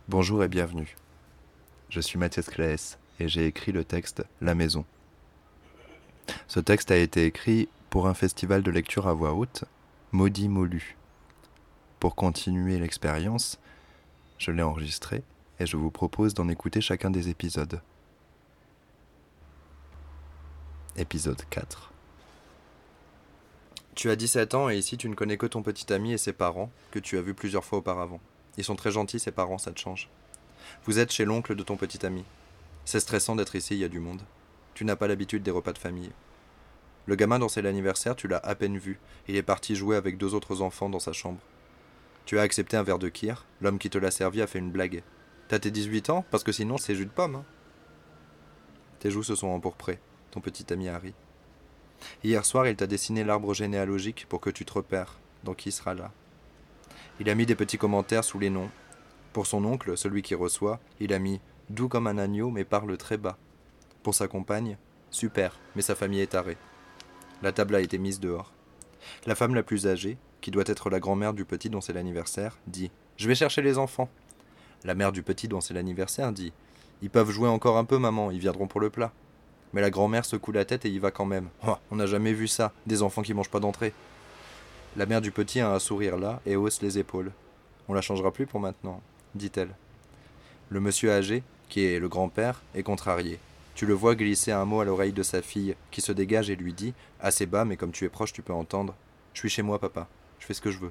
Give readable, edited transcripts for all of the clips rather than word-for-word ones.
Bonjour et bienvenue. Je suis Mathias Claes et j'ai écrit le texte La Maison. Ce texte a été écrit pour un festival de lecture à voix haute, Maudit Molu. Pour continuer l'expérience, je l'ai enregistré et je vous propose d'en écouter chacun des épisodes. Épisode 4. Tu as 17 ans et ici tu ne connais que ton petit ami et ses parents, que tu as vus plusieurs fois auparavant. Ils sont très gentils, ses parents, ça te change. Vous êtes chez l'oncle de ton petit ami. C'est stressant d'être ici, il y a du monde. Tu n'as pas l'habitude des repas de famille. Le gamin dont c'est l'anniversaire, tu l'as à peine vu. Il est parti jouer avec 2 autres enfants dans sa chambre. Tu as accepté un verre de kir. L'homme qui te l'a servi a fait une blague. T'as tes 18 ans? Parce que sinon c'est jus de pomme. Tes joues se sont empourprées. Ton petit ami a ri. Hier soir, il t'a dessiné l'arbre généalogique pour que tu te repères dans qui sera là. Il a mis des petits commentaires sous les noms. Pour son oncle, celui qui reçoit, il a mis « doux comme un agneau mais parle très bas ». Pour sa compagne, « super, mais sa famille est tarée ». La table a été mise dehors. La femme la plus âgée, qui doit être la grand-mère du petit dont c'est l'anniversaire, dit « je vais chercher les enfants ». La mère du petit dont c'est l'anniversaire dit « ils peuvent jouer encore un peu maman, ils viendront pour le plat ». Mais la grand-mère secoue la tête et y va quand même. Oh, on n'a jamais vu ça, des enfants qui mangent pas d'entrée. La mère du petit a un sourire là et hausse les épaules. On la changera plus pour maintenant, dit-elle. Le monsieur âgé, qui est le grand-père, est contrarié. Tu le vois glisser un mot à l'oreille de sa fille, qui se dégage et lui dit, assez bas mais comme tu es proche tu peux entendre, « Je suis chez moi papa, je fais ce que je veux ».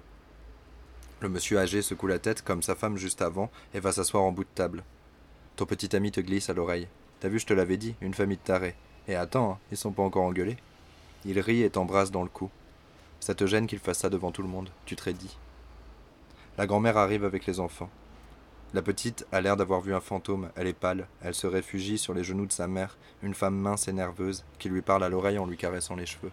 Le monsieur âgé secoue la tête comme sa femme juste avant et va s'asseoir en bout de table. Ton petit ami te glisse à l'oreille. T'as vu, je te l'avais dit, une famille de tarés. Et attends, hein, ils sont pas encore engueulés. Il rit et t'embrasse dans le cou. Ça te gêne qu'il fasse ça devant tout le monde, tu te raidis. La grand-mère arrive avec les enfants. La petite a l'air d'avoir vu un fantôme, elle est pâle, elle se réfugie sur les genoux de sa mère, une femme mince et nerveuse, qui lui parle à l'oreille en lui caressant les cheveux.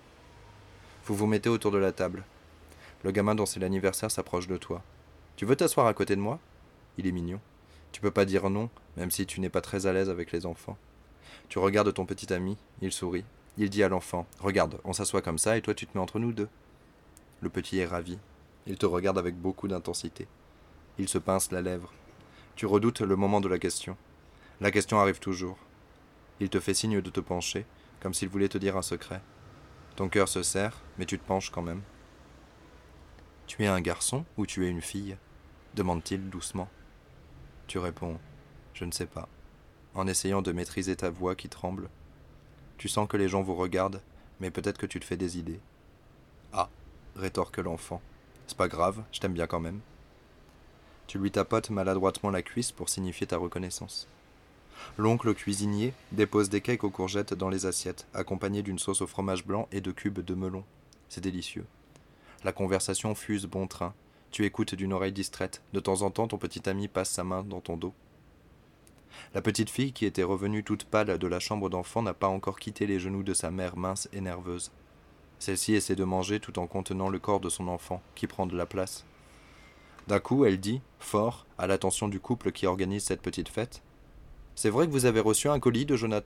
Vous vous mettez autour de la table. Le gamin dont c'est l'anniversaire s'approche de toi. Tu veux t'asseoir à côté de moi? Il est mignon. Tu peux pas dire non, même si tu n'es pas très à l'aise avec les enfants. Tu regardes ton petit ami, il sourit. Il dit à l'enfant, regarde, on s'assoit comme ça et toi tu te mets entre nous deux. Le petit est ravi. Il te regarde avec beaucoup d'intensité. Il se pince la lèvre. Tu redoutes le moment de la question. La question arrive toujours. Il te fait signe de te pencher, comme s'il voulait te dire un secret. Ton cœur se serre, mais tu te penches quand même. Tu es un garçon ou tu es une fille? Demande-t-il doucement. Tu réponds, je ne sais pas, en essayant de maîtriser ta voix qui tremble. Tu sens que les gens vous regardent, mais peut-être que tu te fais des idées. Ah, rétorque l'enfant. C'est pas grave, je t'aime bien quand même. Tu lui tapotes maladroitement la cuisse pour signifier ta reconnaissance. L'oncle cuisinier dépose des cakes aux courgettes dans les assiettes, accompagnés d'une sauce au fromage blanc et de cubes de melon. C'est délicieux. La conversation fuse bon train. Tu écoutes d'une oreille distraite. De temps en temps, ton petit ami passe sa main dans ton dos. La petite fille, qui était revenue toute pâle de la chambre d'enfant, n'a pas encore quitté les genoux de sa mère mince et nerveuse. Celle-ci essaie de manger tout en contenant le corps de son enfant, qui prend de la place. D'un coup, elle dit, fort, à l'attention du couple qui organise cette petite fête, « C'est vrai que vous avez reçu un colis de Jonathan ?»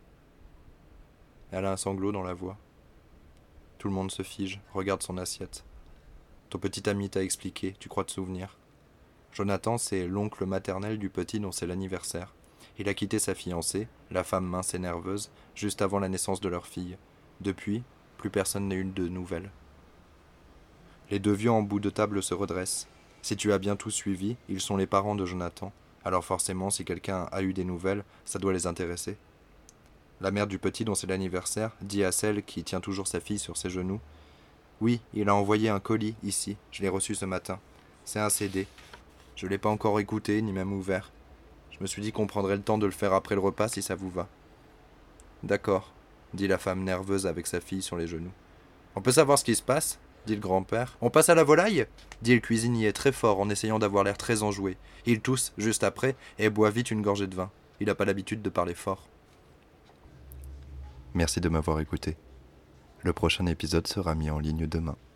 Elle a un sanglot dans la voix. Tout le monde se fige, regarde son assiette. Ton petit ami t'a expliqué, tu crois te souvenir. Jonathan, c'est l'oncle maternel du petit dont c'est l'anniversaire. Il a quitté sa fiancée, la femme mince et nerveuse, juste avant la naissance de leur fille. Depuis, plus personne n'a eu de nouvelles. Les 2 vieux en bout de table se redressent. Si tu as bien tout suivi, ils sont les parents de Jonathan. Alors forcément, si quelqu'un a eu des nouvelles, ça doit les intéresser. La mère du petit dont c'est l'anniversaire dit à celle qui tient toujours sa fille sur ses genoux, « Oui, il a envoyé un colis ici, je l'ai reçu ce matin. C'est un CD. Je ne l'ai pas encore écouté, ni même ouvert. Je me suis dit qu'on prendrait le temps de le faire après le repas si ça vous va. » D'accord, dit la femme nerveuse avec sa fille sur les genoux. On peut savoir ce qui se passe? Dit le grand-père. On passe à la volaille? Dit le cuisinier très fort en essayant d'avoir l'air très enjoué. Il tousse juste après et boit vite une gorgée de vin. Il n'a pas l'habitude de parler fort. Merci de m'avoir écouté. Le prochain épisode sera mis en ligne demain.